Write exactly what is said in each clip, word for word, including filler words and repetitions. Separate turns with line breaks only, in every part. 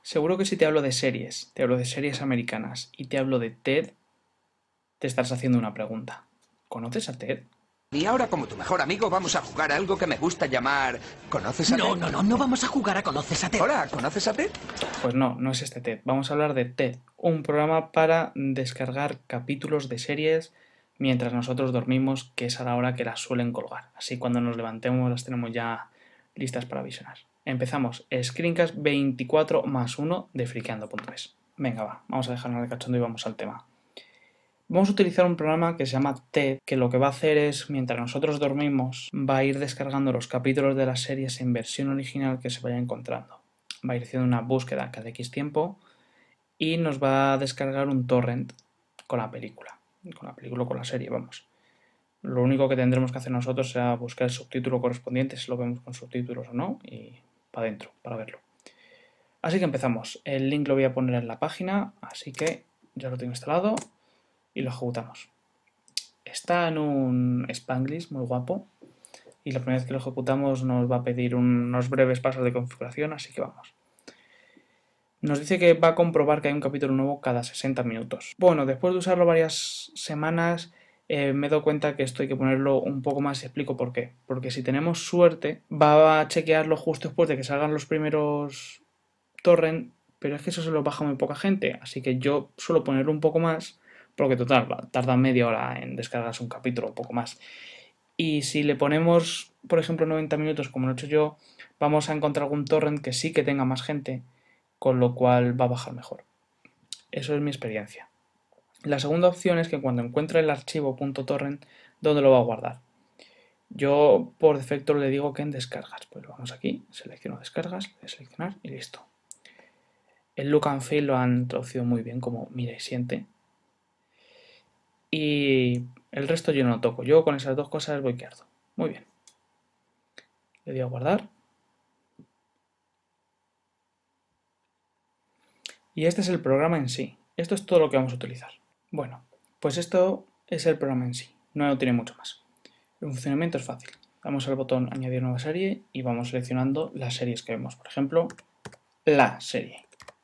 Seguro que si te hablo de series, te hablo de series americanas y te hablo de Ted, te estás haciendo una pregunta. ¿Conoces a Ted?
Y ahora, como tu mejor amigo, vamos a jugar a algo que me gusta llamar... ¿Conoces a
No,
Ted?
no, no, no vamos a jugar a Conoces a Ted.
Hola, ¿conoces a Ted?
Pues no, no es este Ted. Vamos a hablar de Ted, un programa para descargar capítulos de series mientras nosotros dormimos, que es a la hora que las suelen colgar. Así cuando nos levantemos las tenemos ya listas para visionar. Empezamos. Screencast veinticuatro más uno de friqueando punto es. Venga, va, vamos a dejarnos de cachondo y vamos al tema. Vamos a utilizar un programa que se llama Ted, que lo que va a hacer es, mientras nosotros dormimos, va a ir descargando los capítulos de las series en versión original que se vaya encontrando. Va a ir haciendo una búsqueda cada X tiempo y nos va a descargar un torrent con la película. Con la película o con la serie, vamos. Lo único que tendremos que hacer nosotros será buscar el subtítulo correspondiente, si lo vemos con subtítulos o no, y para adentro, para verlo. Así que empezamos. El link lo voy a poner en la página, así que ya lo tengo instalado y lo ejecutamos. Está en un Spanglish muy guapo y la primera vez que lo ejecutamos nos va a pedir unos breves pasos de configuración, así que vamos. Nos dice que va a comprobar que hay un capítulo nuevo cada sesenta minutos. Bueno, después de usarlo varias semanas eh, me he dado cuenta que esto hay que ponerlo un poco más y explico por qué. Porque si tenemos suerte va a chequearlo justo después de que salgan los primeros torrent, pero es que eso se lo baja muy poca gente, así que yo suelo ponerlo un poco más porque total, tarda media hora en descargarse un capítulo, un poco más. Y si le ponemos, por ejemplo, noventa minutos, como lo he hecho yo, vamos a encontrar algún torrent que sí que tenga más gente, con lo cual va a bajar mejor. Eso es mi experiencia. La segunda opción es que cuando encuentre el archivo .torrent, ¿dónde lo va a guardar? Yo por defecto le digo que en descargas. Pues vamos aquí, selecciono descargas, le voy a seleccionar y listo. El look and feel lo han traducido muy bien como mira y siente. Y el resto yo no lo toco. Yo con esas dos cosas voy que ardo. Muy bien. Le doy a guardar. Y este es el programa en sí. Esto es todo lo que vamos a utilizar. Bueno, pues esto es el programa en sí. No tiene mucho más. El funcionamiento es fácil. Damos al botón añadir nueva serie y vamos seleccionando las series que vemos. Por ejemplo, la serie.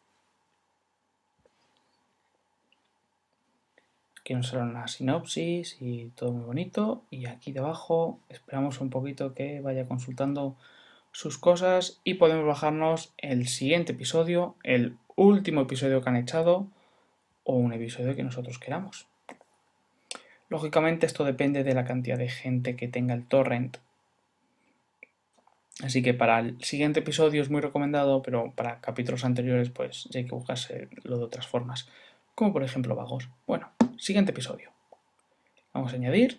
Aquí nos sale una sinopsis y todo muy bonito. Y aquí debajo esperamos un poquito que vaya consultando sus cosas y podemos bajarnos el siguiente episodio, el último episodio que han echado o un episodio que nosotros queramos. Lógicamente esto depende de la cantidad de gente que tenga el torrent. Así que para el siguiente episodio es muy recomendado, pero para capítulos anteriores pues ya hay que buscarse lo de otras formas. Como por ejemplo vagos. Bueno, siguiente episodio. Vamos a añadir.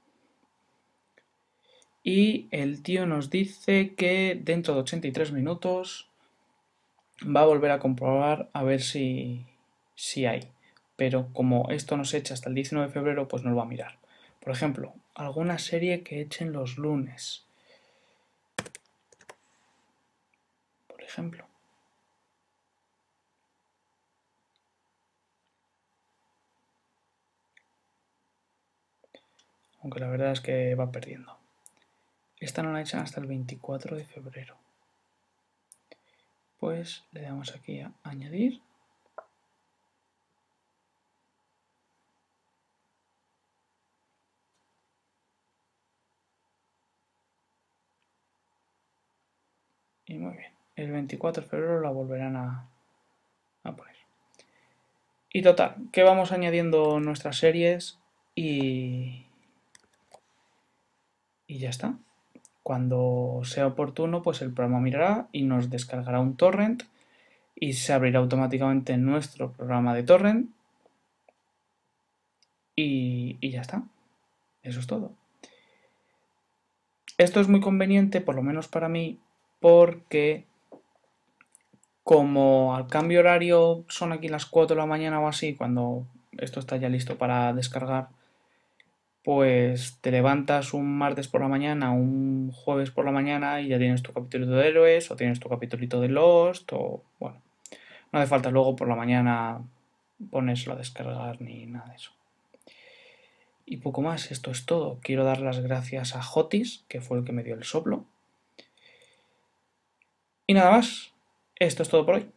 Y el tío nos dice que dentro de ochenta y tres minutos va a volver a comprobar a ver si, si hay. Pero como esto nos echa hasta el diecinueve de febrero, pues no lo va a mirar. Por ejemplo, alguna serie que echen los lunes. Por ejemplo. Aunque la verdad es que va perdiendo. Esta no la echan hasta el veinticuatro de febrero. Pues le damos aquí a añadir. Y muy bien. El veinticuatro de febrero la volverán a, a poner. Y total, que vamos añadiendo nuestras series y, y ya está. Cuando sea oportuno, pues el programa mirará y nos descargará un torrent y se abrirá automáticamente nuestro programa de torrent y, y ya está. Eso es todo. Esto es muy conveniente, por lo menos para mí, porque como al cambio horario son aquí las cuatro de la mañana o así, cuando esto está ya listo para descargar, pues te levantas un martes por la mañana, un jueves por la mañana y ya tienes tu capítulo de Héroes o tienes tu capítulito de Lost o bueno, no hace falta luego por la mañana ponérselo a descargar ni nada de eso. Y poco más, esto es todo. Quiero dar las gracias a Jotis, que fue el que me dio el soplo. Y nada más, esto es todo por hoy.